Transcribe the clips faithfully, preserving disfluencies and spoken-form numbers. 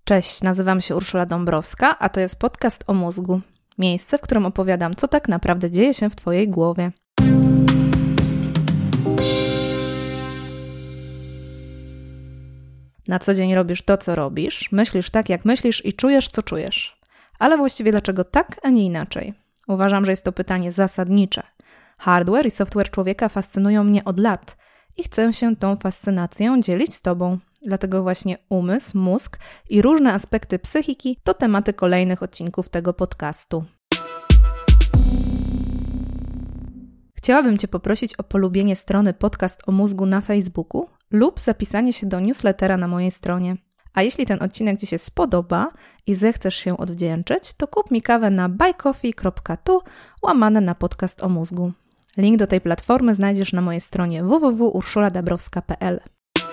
Cześć, nazywam się Urszula Dąbrowska, a to jest podcast o mózgu. Miejsce, w którym opowiadam, co tak naprawdę dzieje się w Twojej głowie. Na co dzień robisz to, co robisz, myślisz tak, jak myślisz i czujesz, co czujesz. Ale właściwie dlaczego tak, a nie inaczej? Uważam, że jest to pytanie zasadnicze. Hardware i software człowieka fascynują mnie od lat i chcę się tą fascynacją dzielić z Tobą. Dlatego właśnie umysł, mózg i różne aspekty psychiki to tematy kolejnych odcinków tego podcastu. Chciałabym Cię poprosić o polubienie strony Podcast o mózgu na Facebooku lub zapisanie się do newslettera na mojej stronie. A jeśli ten odcinek Ci się spodoba i zechcesz się odwdzięczyć, to kup mi kawę na buycoffee kropka tu łamane na podcast o mózgu. Link do tej platformy znajdziesz na mojej stronie w w w kropka urszula dabrowska kropka p l.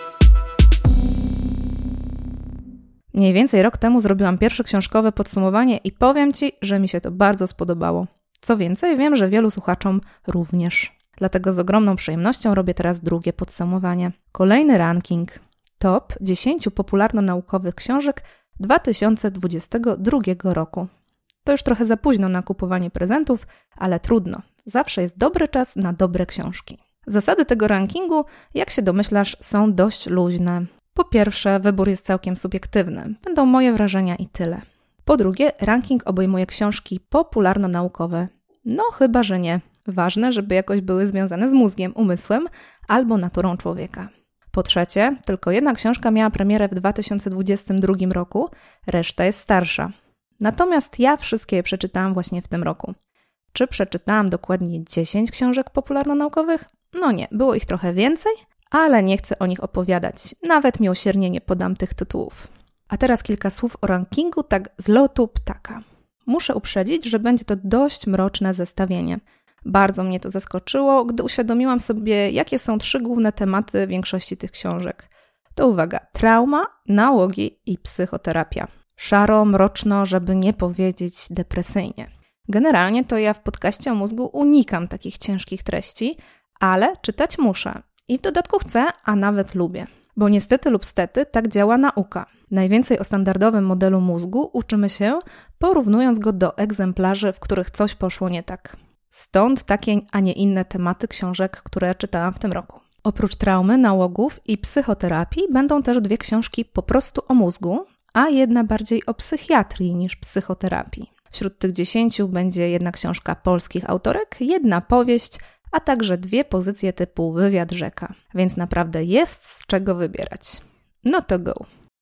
Mniej więcej rok temu zrobiłam pierwsze książkowe podsumowanie i powiem Ci, że mi się to bardzo spodobało. Co więcej, wiem, że wielu słuchaczom również. Dlatego z ogromną przyjemnością robię teraz drugie podsumowanie. Kolejny ranking. Top dziesięć popularno-naukowych książek dwa tysiące dwudziestego drugiego roku. To już trochę za późno na kupowanie prezentów, ale trudno. Zawsze jest dobry czas na dobre książki. Zasady tego rankingu, jak się domyślasz, są dość luźne. Po pierwsze, wybór jest całkiem subiektywny. Będą moje wrażenia i tyle. Po drugie, ranking obejmuje książki popularno-naukowe. No chyba, że nie. Ważne, żeby jakoś były związane z mózgiem, umysłem albo naturą człowieka. Po trzecie, tylko jedna książka miała premierę w dwa tysiące dwudziestym drugim roku, reszta jest starsza. Natomiast ja wszystkie je przeczytałam właśnie w tym roku. Czy przeczytałam dokładnie dziesięć książek popularno-naukowych? No nie, było ich trochę więcej, ale nie chcę o nich opowiadać. Nawet miłosiernie nie podam tych tytułów. A teraz kilka słów o rankingu, tak z lotu ptaka. Muszę uprzedzić, że będzie to dość mroczne zestawienie. Bardzo mnie to zaskoczyło, gdy uświadomiłam sobie, jakie są trzy główne tematy większości tych książek. To uwaga, trauma, nałogi i psychoterapia. Szaro, mroczno, żeby nie powiedzieć depresyjnie. Generalnie to ja w podcaście o mózgu unikam takich ciężkich treści, ale czytać muszę. I w dodatku chcę, a nawet lubię. Bo niestety lub stety tak działa nauka. Najwięcej o standardowym modelu mózgu uczymy się, porównując go do egzemplarzy, w których coś poszło nie tak. Stąd takie, a nie inne tematy książek, które czytałam w tym roku. Oprócz traumy, nałogów i psychoterapii będą też dwie książki po prostu o mózgu, a jedna bardziej o psychiatrii niż psychoterapii. Wśród tych dziesięciu będzie jedna książka polskich autorek, jedna powieść, a także dwie pozycje typu wywiad rzeka. Więc naprawdę jest z czego wybierać. No to go!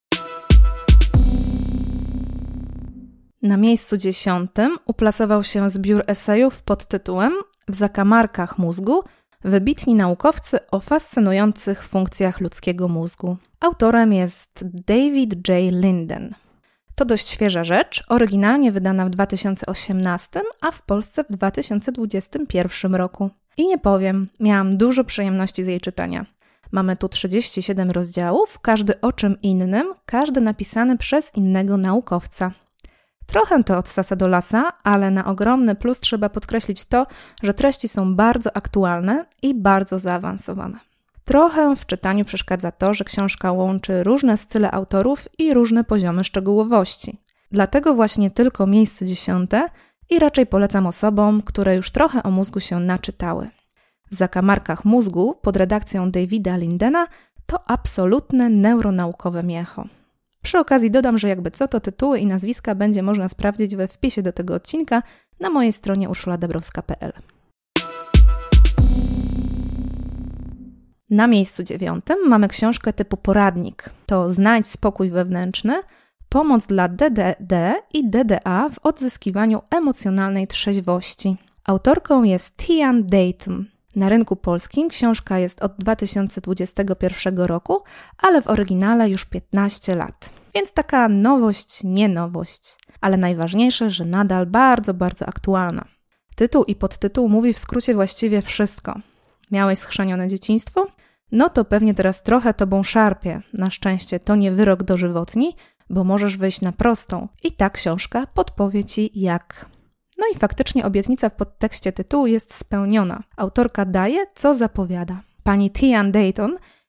Na miejscu dziesiątym uplasował się zbiór esejów pod tytułem W zakamarkach mózgu wybitni naukowcy o fascynujących funkcjach ludzkiego mózgu. Autorem jest David J. Linden. To dość świeża rzecz, oryginalnie wydana w dwa tysiące osiemnastym, a w Polsce w dwa tysiące dwudziestym pierwszym roku. I nie powiem, miałam dużo przyjemności z jej czytania. Mamy tu trzydzieści siedem rozdziałów, każdy o czym innym, każdy napisany przez innego naukowca. Trochę to od sasa do lasa, ale na ogromny plus trzeba podkreślić to, że treści są bardzo aktualne i bardzo zaawansowane. Trochę w czytaniu przeszkadza to, że książka łączy różne style autorów i różne poziomy szczegółowości. Dlatego właśnie tylko miejsce dziesiąte i raczej polecam osobom, które już trochę o mózgu się naczytały. W zakamarkach mózgu pod redakcją Davida Lindena to absolutne neuronaukowe miecho. Przy okazji dodam, że jakby co, to tytuły i nazwiska będzie można sprawdzić we wpisie do tego odcinka na mojej stronie urszula dabrowska kropka p l. Na miejscu dziewiątym mamy książkę typu poradnik. To Znajdź spokój wewnętrzny, pomoc dla D D D i D D A w odzyskiwaniu emocjonalnej trzeźwości. Autorką jest Tian Dayton. Na rynku polskim książka jest od dwa tysiące dwudziestego pierwszego roku, ale w oryginale już piętnaście lat. Więc taka nowość, nie nowość. Ale najważniejsze, że nadal bardzo, bardzo aktualna. Tytuł i podtytuł mówi w skrócie właściwie wszystko. Miałeś schrzanione dzieciństwo? No to pewnie teraz trochę tobą szarpie. Na szczęście to nie wyrok dożywotni, bo możesz wyjść na prostą. I ta książka podpowie ci jak. No i faktycznie obietnica w podtekście tytułu jest spełniona. Autorka daje, co zapowiada. Pani Tian Dayton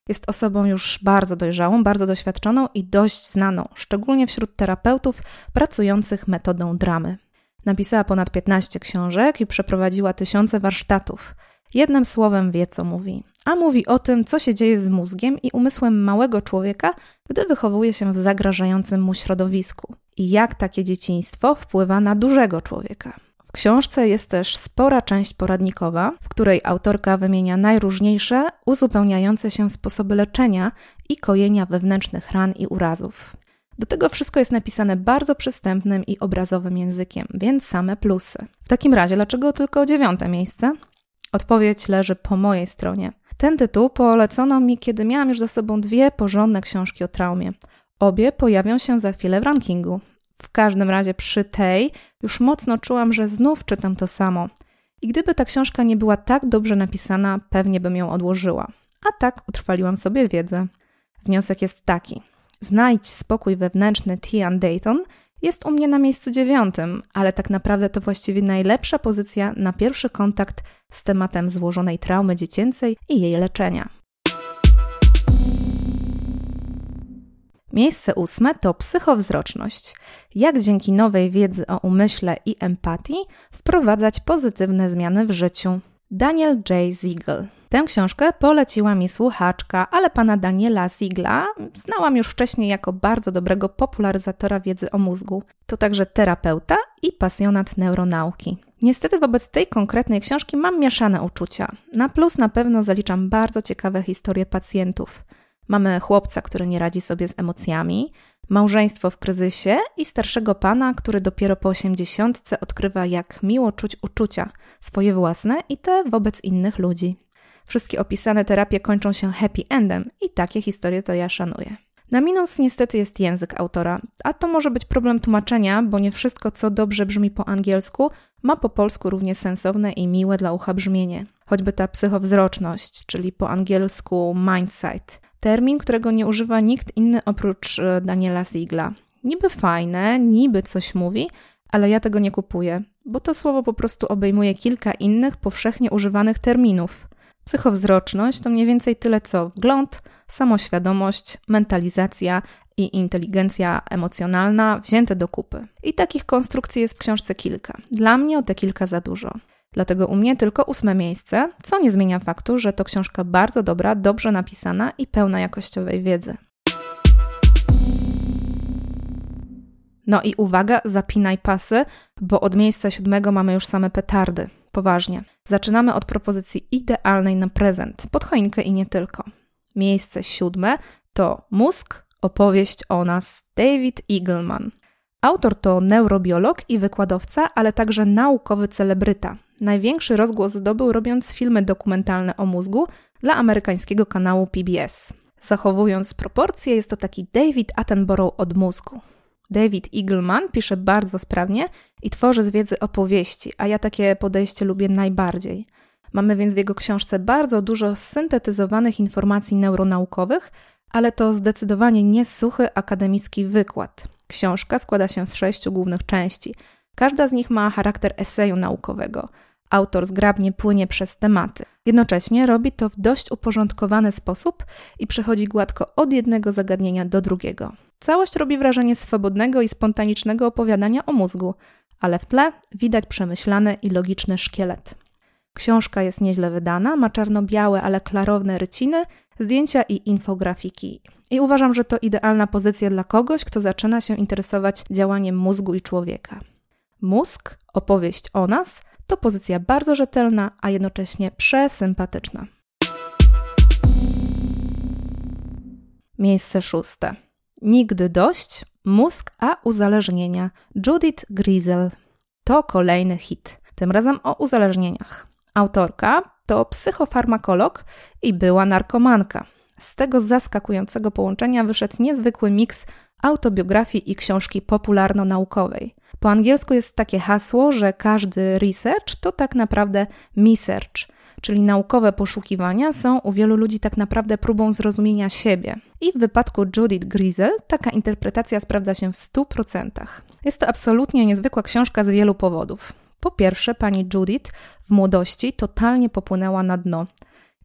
Jest osobą już bardzo dojrzałą, bardzo doświadczoną i dość znaną, szczególnie wśród terapeutów pracujących metodą dramy. Napisała ponad piętnaście książek i przeprowadziła tysiące warsztatów. Jednym słowem wie, co mówi. A mówi o tym, co się dzieje z mózgiem i umysłem małego człowieka, gdy wychowuje się w zagrażającym mu środowisku. I jak takie dzieciństwo wpływa na dużego człowieka. W książce jest też spora część poradnikowa, w której autorka wymienia najróżniejsze, uzupełniające się sposoby leczenia i kojenia wewnętrznych ran i urazów. Do tego wszystko jest napisane bardzo przystępnym i obrazowym językiem, więc same plusy. W takim razie, dlaczego tylko dziewiąte miejsce? Odpowiedź leży po mojej stronie. Ten tytuł polecono mi, kiedy miałam już za sobą dwie porządne książki o traumie. Obie pojawią się za chwilę w rankingu. W każdym razie przy tej już mocno czułam, że znów czytam to samo. I gdyby ta książka nie była tak dobrze napisana, pewnie bym ją odłożyła. A tak utrwaliłam sobie wiedzę. Wniosek jest taki. Znajdź spokój wewnętrzny Tian Dayton jest u mnie na miejscu dziewiątym, ale tak naprawdę to właściwie najlepsza pozycja na pierwszy kontakt z tematem złożonej traumy dziecięcej i jej leczenia. Miejsce ósme to psychowzroczność. Jak dzięki nowej wiedzy o umyśle i empatii wprowadzać pozytywne zmiany w życiu. Daniel J. Siegel. Tę książkę poleciła mi słuchaczka, ale pana Daniela Siegla znałam już wcześniej jako bardzo dobrego popularyzatora wiedzy o mózgu. To także terapeuta i pasjonat neuronauki. Niestety wobec tej konkretnej książki mam mieszane uczucia. Na plus na pewno zaliczam bardzo ciekawe historie pacjentów. Mamy chłopca, który nie radzi sobie z emocjami, małżeństwo w kryzysie i starszego pana, który dopiero po osiemdziesiątce odkrywa, jak miło czuć uczucia, swoje własne i te wobec innych ludzi. Wszystkie opisane terapie kończą się happy endem i takie historie to ja szanuję. Na minus niestety jest język autora, a to może być problem tłumaczenia, bo nie wszystko, co dobrze brzmi po angielsku, ma po polsku równie sensowne i miłe dla ucha brzmienie. Choćby ta psychowzroczność, czyli po angielsku mindsight. Termin, którego nie używa nikt inny oprócz Daniela Siegla. Niby fajne, niby coś mówi, ale ja tego nie kupuję, bo to słowo po prostu obejmuje kilka innych powszechnie używanych terminów. Psychowzroczność to mniej więcej tyle co wgląd, samoświadomość, mentalizacja i inteligencja emocjonalna wzięte do kupy. I takich konstrukcji jest w książce kilka. Dla mnie o te kilka za dużo. Dlatego u mnie tylko ósme miejsce, co nie zmienia faktu, że to książka bardzo dobra, dobrze napisana i pełna jakościowej wiedzy. No i uwaga, zapinaj pasy, bo od miejsca siódmego mamy już same petardy. Poważnie. Zaczynamy od propozycji idealnej na prezent, pod choinkę i nie tylko. Miejsce siódme to Mózg, opowieść o nas, David Eagleman. Autor to neurobiolog i wykładowca, ale także naukowy celebryta. Największy rozgłos zdobył robiąc filmy dokumentalne o mózgu dla amerykańskiego kanału P B S. Zachowując proporcje, jest to taki David Attenborough od mózgu. David Eagleman pisze bardzo sprawnie i tworzy z wiedzy opowieści, a ja takie podejście lubię najbardziej. Mamy więc w jego książce bardzo dużo syntetyzowanych informacji neuronaukowych, ale to zdecydowanie nie suchy akademicki wykład. Książka składa się z sześciu głównych części. Każda z nich ma charakter eseju naukowego. Autor zgrabnie płynie przez tematy. Jednocześnie robi to w dość uporządkowany sposób i przechodzi gładko od jednego zagadnienia do drugiego. Całość robi wrażenie swobodnego i spontanicznego opowiadania o mózgu, ale w tle widać przemyślany i logiczny szkielet. Książka jest nieźle wydana, ma czarno-białe, ale klarowne ryciny, zdjęcia i infografiki. I uważam, że to idealna pozycja dla kogoś, kto zaczyna się interesować działaniem mózgu i człowieka. Mózg, opowieść o nas, to pozycja bardzo rzetelna, a jednocześnie przesympatyczna. Miejsce szóste. Nigdy dość, mózg a uzależnienia. Judith Grisel. To kolejny hit, tym razem o uzależnieniach. Autorka to psychofarmakolog i była narkomanka. Z tego zaskakującego połączenia wyszedł niezwykły miks autobiografii i książki popularno-naukowej. Po angielsku jest takie hasło, że każdy research to tak naprawdę me-search, czyli naukowe poszukiwania są u wielu ludzi tak naprawdę próbą zrozumienia siebie. I w wypadku Judith Grisel taka interpretacja sprawdza się w stu procentach. Jest to absolutnie niezwykła książka z wielu powodów. Po pierwsze, pani Judith w młodości totalnie popłynęła na dno.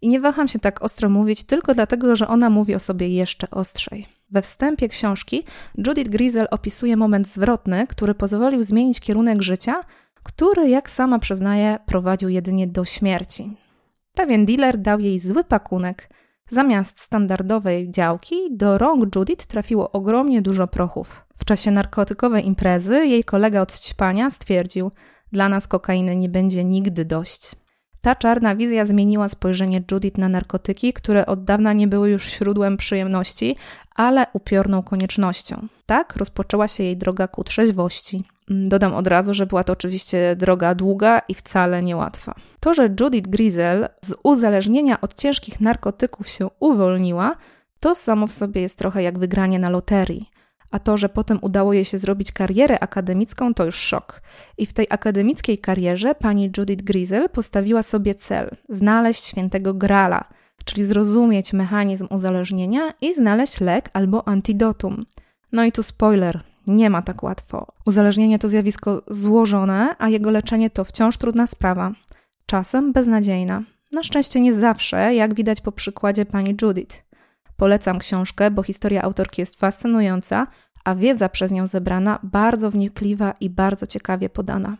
I nie waham się tak ostro mówić tylko dlatego, że ona mówi o sobie jeszcze ostrzej. We wstępie książki Judith Grisel opisuje moment zwrotny, który pozwolił zmienić kierunek życia, który, jak sama przyznaje, prowadził jedynie do śmierci. Pewien dealer dał jej zły pakunek. Zamiast standardowej działki do rąk Judith trafiło ogromnie dużo prochów. W czasie narkotykowej imprezy jej kolega od ćpania stwierdził: dla nas kokainy nie będzie nigdy dość. Ta czarna wizja zmieniła spojrzenie Judith na narkotyki, które od dawna nie były już źródłem przyjemności, ale upiorną koniecznością. Tak rozpoczęła się jej droga ku trzeźwości. Dodam od razu, że była to oczywiście droga długa i wcale niełatwa. To, że Judith Grisel z uzależnienia od ciężkich narkotyków się uwolniła, to samo w sobie jest trochę jak wygranie na loterii. A to, że potem udało jej się zrobić karierę akademicką, to już szok. I w tej akademickiej karierze pani Judith Grisel postawiła sobie cel – znaleźć świętego Grala, czyli zrozumieć mechanizm uzależnienia i znaleźć lek albo antidotum. No i tu spoiler – nie ma tak łatwo. Uzależnienie to zjawisko złożone, a jego leczenie to wciąż trudna sprawa. Czasem beznadziejna. Na szczęście nie zawsze, jak widać po przykładzie pani Judith. Polecam książkę, bo historia autorki jest fascynująca, a wiedza przez nią zebrana bardzo wnikliwa i bardzo ciekawie podana.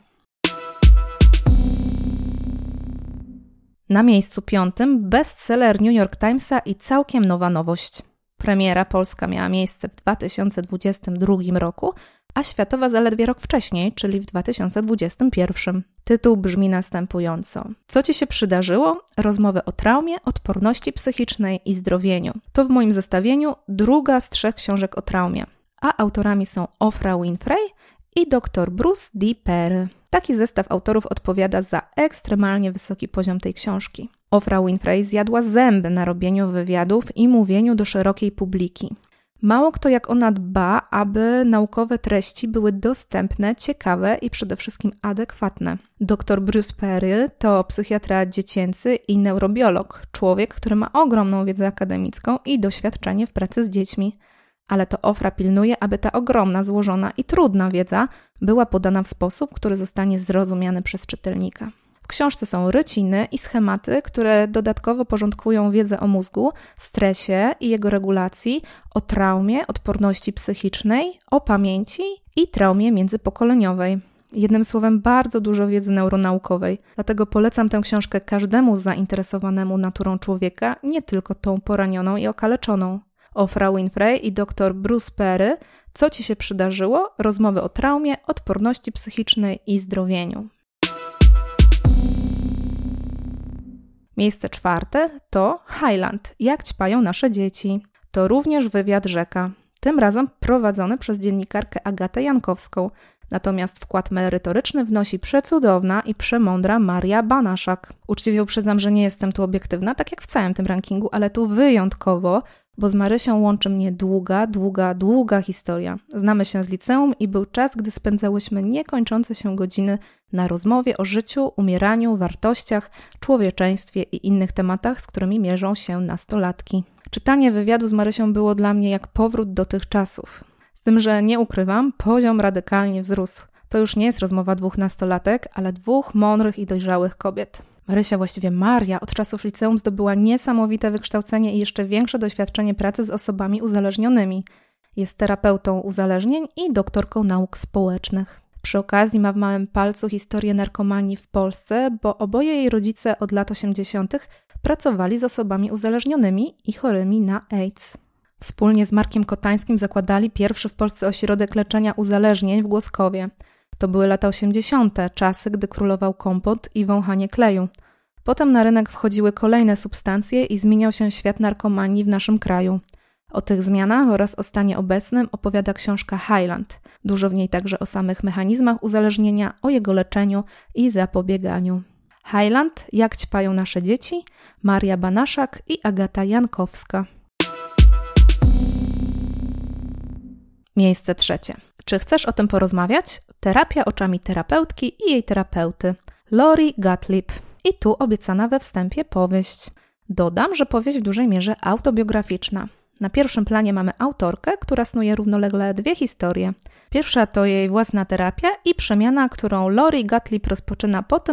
Na miejscu piątym bestseller New York Timesa i całkiem nowa nowość. Premiera polska miała miejsce w dwa tysiące dwudziestym drugim roku, a światowa zaledwie rok wcześniej, czyli w dwa tysiące dwudziestym pierwszym. Tytuł brzmi następująco. Co Ci się przydarzyło? Rozmowy o traumie, odporności psychicznej i zdrowieniu. To w moim zestawieniu druga z trzech książek o traumie, a autorami są Oprah Winfrey i dr Bruce D. Perry. Taki zestaw autorów odpowiada za ekstremalnie wysoki poziom tej książki. Oprah Winfrey zjadła zęby na robieniu wywiadów i mówieniu do szerokiej publiki. Mało kto jak ona dba, aby naukowe treści były dostępne, ciekawe i przede wszystkim adekwatne. dr Bruce Perry to psychiatra dziecięcy i neurobiolog, człowiek, który ma ogromną wiedzę akademicką i doświadczenie w pracy z dziećmi. Ale to Oprah pilnuje, aby ta ogromna, złożona i trudna wiedza była podana w sposób, który zostanie zrozumiany przez czytelnika. W książce są ryciny i schematy, które dodatkowo porządkują wiedzę o mózgu, stresie i jego regulacji, o traumie, odporności psychicznej, o pamięci i traumie międzypokoleniowej. Jednym słowem bardzo dużo wiedzy neuronaukowej. Dlatego polecam tę książkę każdemu zainteresowanemu naturą człowieka, nie tylko tą poranioną i okaleczoną. Oprah Winfrey i dr Bruce Perry. Co Ci się przydarzyło? Rozmowy o traumie, odporności psychicznej i zdrowieniu. Miejsce czwarte to Highland. Jak ćpają nasze dzieci. To również wywiad Rzeka. Tym razem prowadzony przez dziennikarkę Agatę Jankowską. Natomiast wkład merytoryczny wnosi przecudowna i przemądra Maria Banaszak. Uczciwie uprzedzam, że nie jestem tu obiektywna, tak jak w całym tym rankingu, ale tu wyjątkowo, bo z Marysią łączy mnie długa, długa, długa historia. Znamy się z liceum i był czas, gdy spędzałyśmy niekończące się godziny na rozmowie o życiu, umieraniu, wartościach, człowieczeństwie i innych tematach, z którymi mierzą się nastolatki. Czytanie wywiadu z Marysią było dla mnie jak powrót do tych czasów. Z tym, że nie ukrywam, poziom radykalnie wzrósł. To już nie jest rozmowa dwóch nastolatek, ale dwóch mądrych i dojrzałych kobiet. Marysia, właściwie Maria, od czasów liceum zdobyła niesamowite wykształcenie i jeszcze większe doświadczenie pracy z osobami uzależnionymi. Jest terapeutą uzależnień i doktorką nauk społecznych. Przy okazji ma w małym palcu historię narkomanii w Polsce, bo oboje jej rodzice od lat osiemdziesiątych pracowali z osobami uzależnionymi i chorymi na AIDS. Wspólnie z Markiem Kotańskim zakładali pierwszy w Polsce ośrodek leczenia uzależnień w Głoskowie. To były lata osiemdziesiąte, czasy, gdy królował kompot i wąchanie kleju. Potem na rynek wchodziły kolejne substancje i zmieniał się świat narkomanii w naszym kraju. O tych zmianach oraz o stanie obecnym opowiada książka Highland. Dużo w niej także o samych mechanizmach uzależnienia, o jego leczeniu i zapobieganiu. Highland, Jak ćpają nasze dzieci, Maria Banaszak i Agata Jankowska. Miejsce trzecie. Czy chcesz o tym porozmawiać? Terapia oczami terapeutki i jej terapeuty. Lori Gottlieb. I tu obiecana we wstępie powieść. Dodam, że powieść w dużej mierze autobiograficzna. Na pierwszym planie mamy autorkę, która snuje równolegle dwie historie. Pierwsza to jej własna terapia i przemiana, którą Lori Gottlieb rozpoczyna po tym,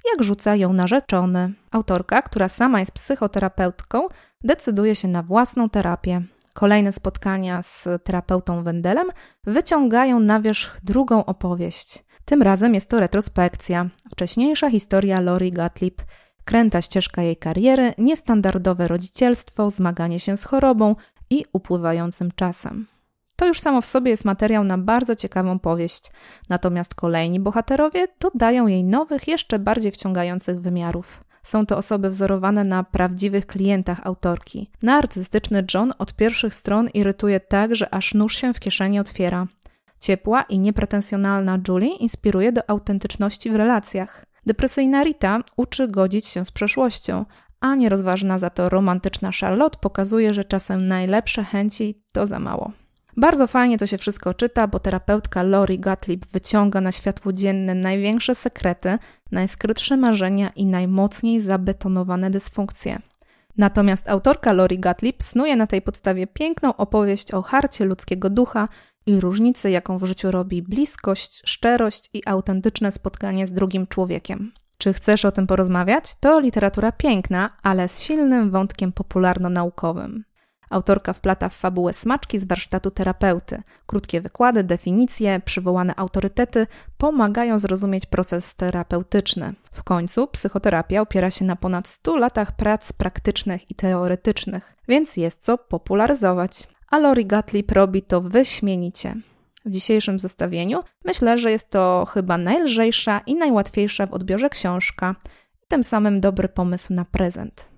jak rzuca ją narzeczony. Autorka, która sama jest psychoterapeutką, decyduje się na własną terapię. Kolejne spotkania z terapeutą Wendelem wyciągają na wierzch drugą opowieść. Tym razem jest to retrospekcja. Wcześniejsza historia Lori Gottlieb, kręta ścieżka jej kariery, niestandardowe rodzicielstwo, zmaganie się z chorobą i upływającym czasem. To już samo w sobie jest materiał na bardzo ciekawą powieść. Natomiast kolejni bohaterowie dodają jej nowych, jeszcze bardziej wciągających wymiarów. Są to osoby wzorowane na prawdziwych klientach autorki. Narcystyczny John od pierwszych stron irytuje tak, że aż nóż się w kieszeni otwiera. Ciepła i niepretensjonalna Julie inspiruje do autentyczności w relacjach. Depresyjna Rita uczy godzić się z przeszłością, a nierozważna za to romantyczna Charlotte pokazuje, że czasem najlepsze chęci to za mało. Bardzo fajnie to się wszystko czyta, bo terapeutka Lori Gottlieb wyciąga na światło dzienne największe sekrety, najskrytsze marzenia i najmocniej zabetonowane dysfunkcje. Natomiast autorka Lori Gottlieb snuje na tej podstawie piękną opowieść o harcie ludzkiego ducha i różnicy, jaką w życiu robi bliskość, szczerość i autentyczne spotkanie z drugim człowiekiem. Czy chcesz o tym porozmawiać? To literatura piękna, ale z silnym wątkiem popularno-naukowym. Autorka wplata w fabułę smaczki z warsztatu terapeuty. Krótkie wykłady, definicje, przywołane autorytety pomagają zrozumieć proces terapeutyczny. W końcu psychoterapia opiera się na ponad stu latach prac praktycznych i teoretycznych, więc jest co popularyzować. A Lori Gottlieb robi to wyśmienicie. W dzisiejszym zestawieniu myślę, że jest to chyba najlżejsza i najłatwiejsza w odbiorze książka i tym samym dobry pomysł na prezent.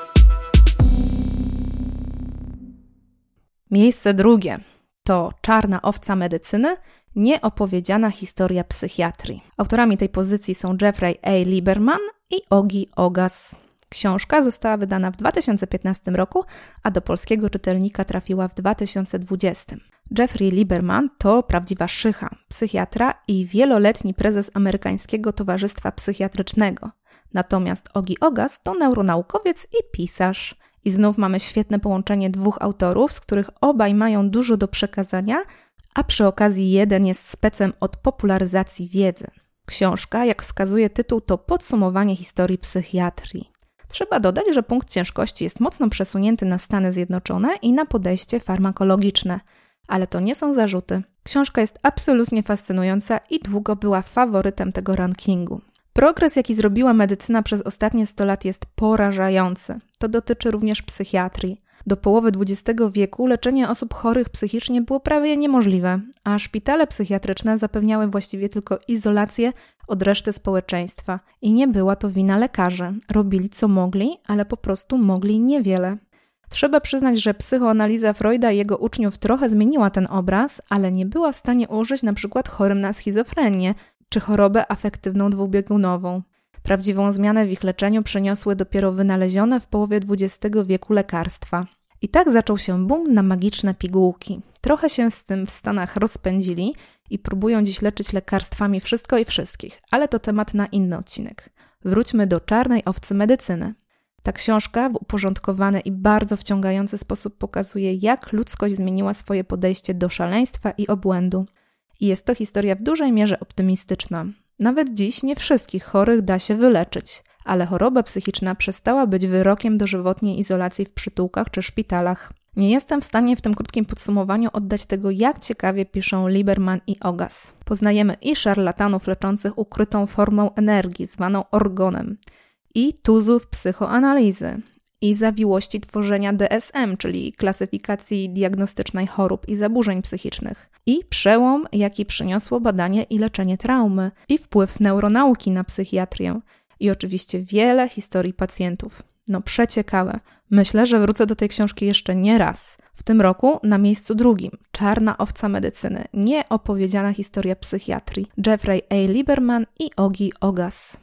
Miejsce drugie to Czarna owca medycyny, nieopowiedziana historia psychiatrii. Autorami tej pozycji są Jeffrey A. Lieberman i Ogi Ogas. Książka została wydana w dwa tysiące piętnastym roku, a do polskiego czytelnika trafiła w dwa tysiące dwudziestym. Jeffrey Lieberman to prawdziwa szycha, psychiatra i wieloletni prezes Amerykańskiego Towarzystwa Psychiatrycznego. Natomiast Ogi Ogas to neuronaukowiec i pisarz. I znów mamy świetne połączenie dwóch autorów, z których obaj mają dużo do przekazania, a przy okazji jeden jest specem od popularyzacji wiedzy. Książka, jak wskazuje tytuł, to podsumowanie historii psychiatrii. Trzeba dodać, że punkt ciężkości jest mocno przesunięty na Stany Zjednoczone i na podejście farmakologiczne. Ale to nie są zarzuty. Książka jest absolutnie fascynująca i długo była faworytem tego rankingu. Progres, jaki zrobiła medycyna przez ostatnie sto lat, jest porażający. To dotyczy również psychiatrii. Do połowy dwudziestego wieku leczenie osób chorych psychicznie było prawie niemożliwe, a szpitale psychiatryczne zapewniały właściwie tylko izolację od reszty społeczeństwa. I nie była to wina lekarzy. Robili co mogli, ale po prostu mogli niewiele. Trzeba przyznać, że psychoanaliza Freuda i jego uczniów trochę zmieniła ten obraz, ale nie była w stanie ulżyć na przykład chorym na schizofrenię czy chorobę afektywną dwubiegunową. Prawdziwą zmianę w ich leczeniu przyniosły dopiero wynalezione w połowie dwudziestego wieku lekarstwa. I tak zaczął się boom na magiczne pigułki. Trochę się z tym w Stanach rozpędzili i próbują dziś leczyć lekarstwami wszystko i wszystkich, ale to temat na inny odcinek. Wróćmy do Czarnej owcy medycyny. Ta książka w uporządkowany i bardzo wciągający sposób pokazuje, jak ludzkość zmieniła swoje podejście do szaleństwa i obłędu. I jest to historia w dużej mierze optymistyczna. Nawet dziś nie wszystkich chorych da się wyleczyć, ale choroba psychiczna przestała być wyrokiem dożywotniej izolacji w przytułkach czy szpitalach. Nie jestem w stanie w tym krótkim podsumowaniu oddać tego, jak ciekawie piszą Lieberman i Ogas. Poznajemy i szarlatanów leczących ukrytą formą energii, zwaną orgonem, i tuzów psychoanalizy, i zawiłości tworzenia D S M, czyli klasyfikacji diagnostycznej chorób i zaburzeń psychicznych, i przełom, jaki przyniosło badanie i leczenie traumy, i wpływ neuronauki na psychiatrię, i oczywiście wiele historii pacjentów. No przeciekawe. Myślę, że wrócę do tej książki jeszcze nie raz. W tym roku na miejscu drugim Czarna owca medycyny, nieopowiedziana historia psychiatrii, Jeffrey A. Lieberman i Ogi Ogas.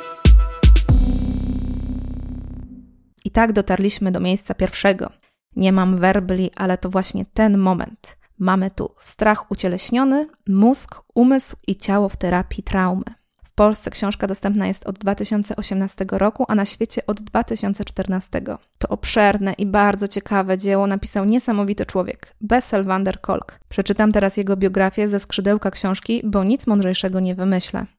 I tak dotarliśmy do miejsca pierwszego. Nie mam werbli, ale to właśnie ten moment. Mamy tu strach ucieleśniony, mózg, umysł i ciało w terapii traumy. W Polsce książka dostępna jest od dwa tysiące osiemnastego roku, a na świecie od dwa tysiące czternastego. To obszerne i bardzo ciekawe dzieło napisał niesamowity człowiek, Bessel van der Kolk. Przeczytam teraz jego biografię ze skrzydełka książki, bo nic mądrzejszego nie wymyślę.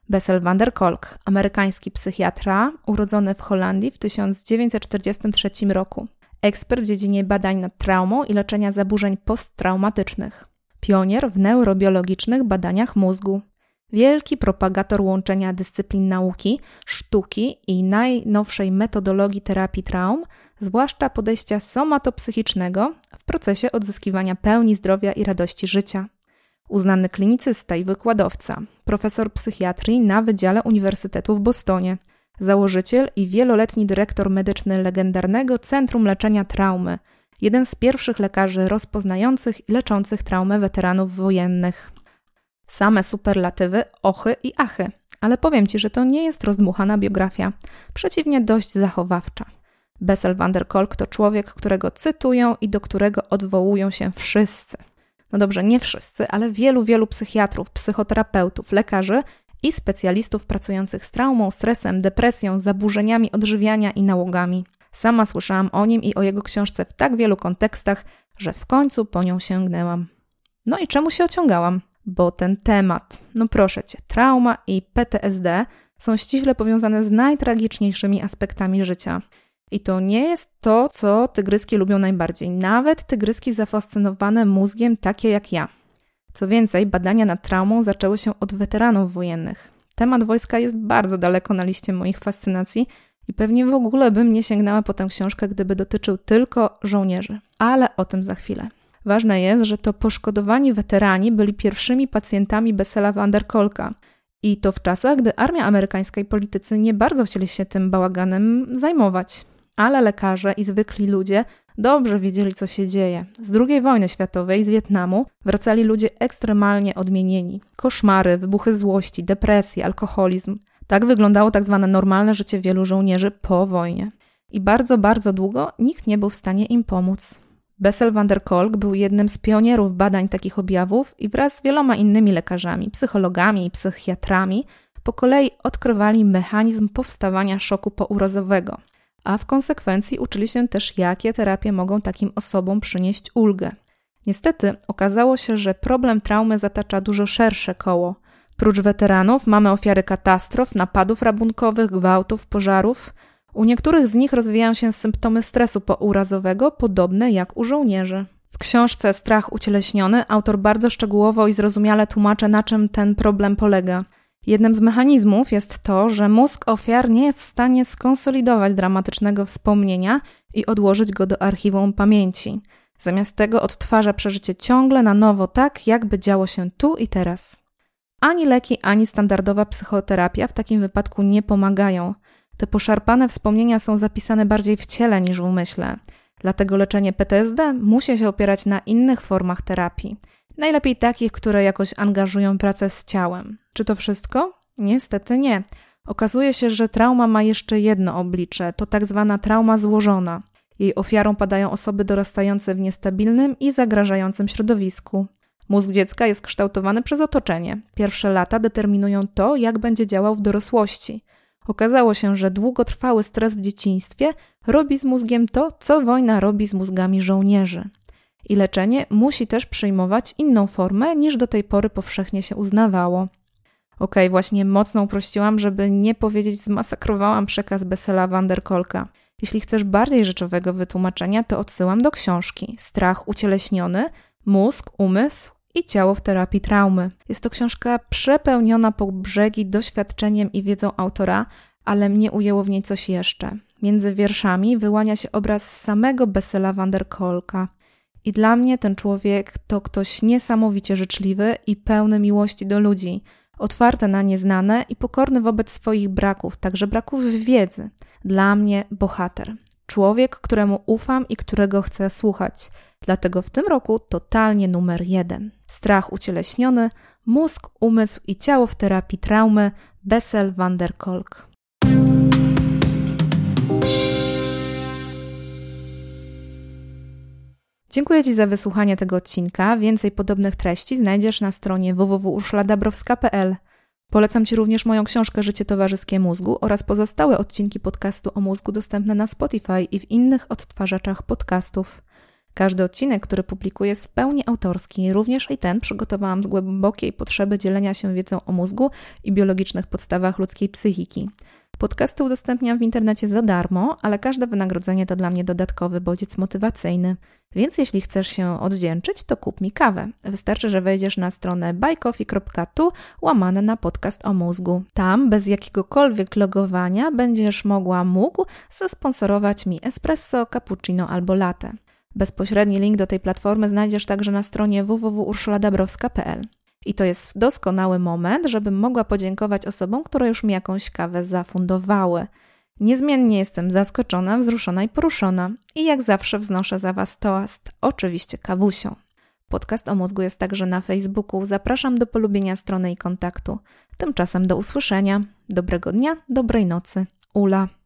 Bessel van der Kolk, amerykański psychiatra, urodzony w Holandii w tysiąc dziewięćset czterdziestym trzecim roku. Ekspert w dziedzinie badań nad traumą i leczenia zaburzeń posttraumatycznych. Pionier w neurobiologicznych badaniach mózgu. Wielki propagator łączenia dyscyplin nauki, sztuki i najnowszej metodologii terapii traum, zwłaszcza podejścia somatopsychicznego w procesie odzyskiwania pełni zdrowia i radości życia. Uznany klinicysta i wykładowca, profesor psychiatrii na Wydziale Uniwersytetu w Bostonie, założyciel i wieloletni dyrektor medyczny legendarnego Centrum Leczenia Traumy, jeden z pierwszych lekarzy rozpoznających i leczących traumę weteranów wojennych. Same superlatywy, ochy i achy, ale powiem Ci, że to nie jest rozdmuchana biografia, przeciwnie dość zachowawcza. Bessel van der Kolk to człowiek, którego cytują i do którego odwołują się wszyscy. No dobrze, nie wszyscy, ale wielu, wielu psychiatrów, psychoterapeutów, lekarzy i specjalistów pracujących z traumą, stresem, depresją, zaburzeniami odżywiania i nałogami. Sama słyszałam o nim i o jego książce w tak wielu kontekstach, że w końcu po nią sięgnęłam. No i czemu się ociągałam? Bo ten temat, no proszę Cię, trauma i P T S D są ściśle powiązane z najtragiczniejszymi aspektami życia. I to nie jest to, co tygryski lubią najbardziej. Nawet tygryski zafascynowane mózgiem, takie jak ja. Co więcej, badania nad traumą zaczęły się od weteranów wojennych. Temat wojska jest bardzo daleko na liście moich fascynacji i pewnie w ogóle bym nie sięgnęła po tę książkę, gdyby dotyczył tylko żołnierzy. Ale o tym za chwilę. Ważne jest, że to poszkodowani weterani byli pierwszymi pacjentami Bessela van der Kolka. I to w czasach, gdy armia amerykańska i politycy nie bardzo chcieli się tym bałaganem zajmować. Ale lekarze i zwykli ludzie dobrze wiedzieli, co się dzieje. Z drugiej wojny światowej, z Wietnamu, wracali ludzie ekstremalnie odmienieni. Koszmary, wybuchy złości, depresje, alkoholizm. Tak wyglądało tak zwane normalne życie wielu żołnierzy po wojnie. I bardzo, bardzo długo nikt nie był w stanie im pomóc. Bessel van der Kolk był jednym z pionierów badań takich objawów i wraz z wieloma innymi lekarzami, psychologami i psychiatrami po kolei odkrywali mechanizm powstawania szoku pourazowego, a w konsekwencji uczyli się też, jakie terapie mogą takim osobom przynieść ulgę. Niestety okazało się, że problem traumy zatacza dużo szersze koło. Prócz weteranów mamy ofiary katastrof, napadów rabunkowych, gwałtów, pożarów. U niektórych z nich rozwijają się symptomy stresu pourazowego, podobne jak u żołnierzy. W książce Strach ucieleśniony autor bardzo szczegółowo i zrozumiale tłumaczy, na czym ten problem polega. Jednym z mechanizmów jest to, że mózg ofiar nie jest w stanie skonsolidować dramatycznego wspomnienia i odłożyć go do archiwum pamięci. Zamiast tego odtwarza przeżycie ciągle na nowo tak, jakby działo się tu i teraz. Ani leki, ani standardowa psychoterapia w takim wypadku nie pomagają. Te poszarpane wspomnienia są zapisane bardziej w ciele niż w umyśle. Dlatego leczenie P T S D musi się opierać na innych formach terapii. Najlepiej takich, które jakoś angażują pracę z ciałem. Czy to wszystko? Niestety nie. Okazuje się, że trauma ma jeszcze jedno oblicze. To tak zwana trauma złożona. Jej ofiarą padają osoby dorastające w niestabilnym i zagrażającym środowisku. Mózg dziecka jest kształtowany przez otoczenie. Pierwsze lata determinują to, jak będzie działał w dorosłości. Okazało się, że długotrwały stres w dzieciństwie robi z mózgiem to, co wojna robi z mózgami żołnierzy. I leczenie musi też przyjmować inną formę, niż do tej pory powszechnie się uznawało. Okej, okay, właśnie mocno uprościłam, żeby nie powiedzieć zmasakrowałam przekaz Bessela van der Kolka. Jeśli chcesz bardziej rzeczowego wytłumaczenia, to odsyłam do książki Strach ucieleśniony, mózg, umysł i ciało w terapii traumy. Jest to książka przepełniona po brzegi doświadczeniem i wiedzą autora, ale mnie ujęło w niej coś jeszcze. Między wierszami wyłania się obraz samego Bessela van der Kolka. I dla mnie ten człowiek to ktoś niesamowicie życzliwy i pełny miłości do ludzi, otwarty na nieznane i pokorny wobec swoich braków, także braków wiedzy. Dla mnie bohater. Człowiek, któremu ufam i którego chcę słuchać. Dlatego w tym roku totalnie numer jeden. Strach ucieleśniony, mózg, umysł i ciało w terapii traumy, Bessel van der Kolk. Dziękuję Ci za wysłuchanie tego odcinka. Więcej podobnych treści znajdziesz na stronie w w w kropka urszula dabrowska kropka p l. Polecam Ci również moją książkę Życie towarzyskie mózgu oraz pozostałe odcinki podcastu o mózgu dostępne na Spotify i w innych odtwarzaczach podcastów. Każdy odcinek, który publikuję, jest w pełni autorski, również i ten przygotowałam z głębokiej potrzeby dzielenia się wiedzą o mózgu i biologicznych podstawach ludzkiej psychiki. Podcasty udostępniam w internecie za darmo, ale każde wynagrodzenie to dla mnie dodatkowy bodziec motywacyjny. Więc jeśli chcesz się odwdzięczyć, to kup mi kawę. Wystarczy, że wejdziesz na stronę buycoffee kropka tu łamane na podcast o mózgu. Tam, bez jakiegokolwiek logowania, będziesz mogła mógł zasponsorować mi espresso, cappuccino albo latte. Bezpośredni link do tej platformy znajdziesz także na stronie w w w kropka urszula dabrowska kropka p l. I to jest doskonały moment, żebym mogła podziękować osobom, które już mi jakąś kawę zafundowały. Niezmiennie jestem zaskoczona, wzruszona i poruszona. I jak zawsze wznoszę za Was toast, oczywiście kawusią. Podcast o mózgu jest także na Facebooku. Zapraszam do polubienia strony i kontaktu. Tymczasem do usłyszenia. Dobrego dnia, dobrej nocy. Ula.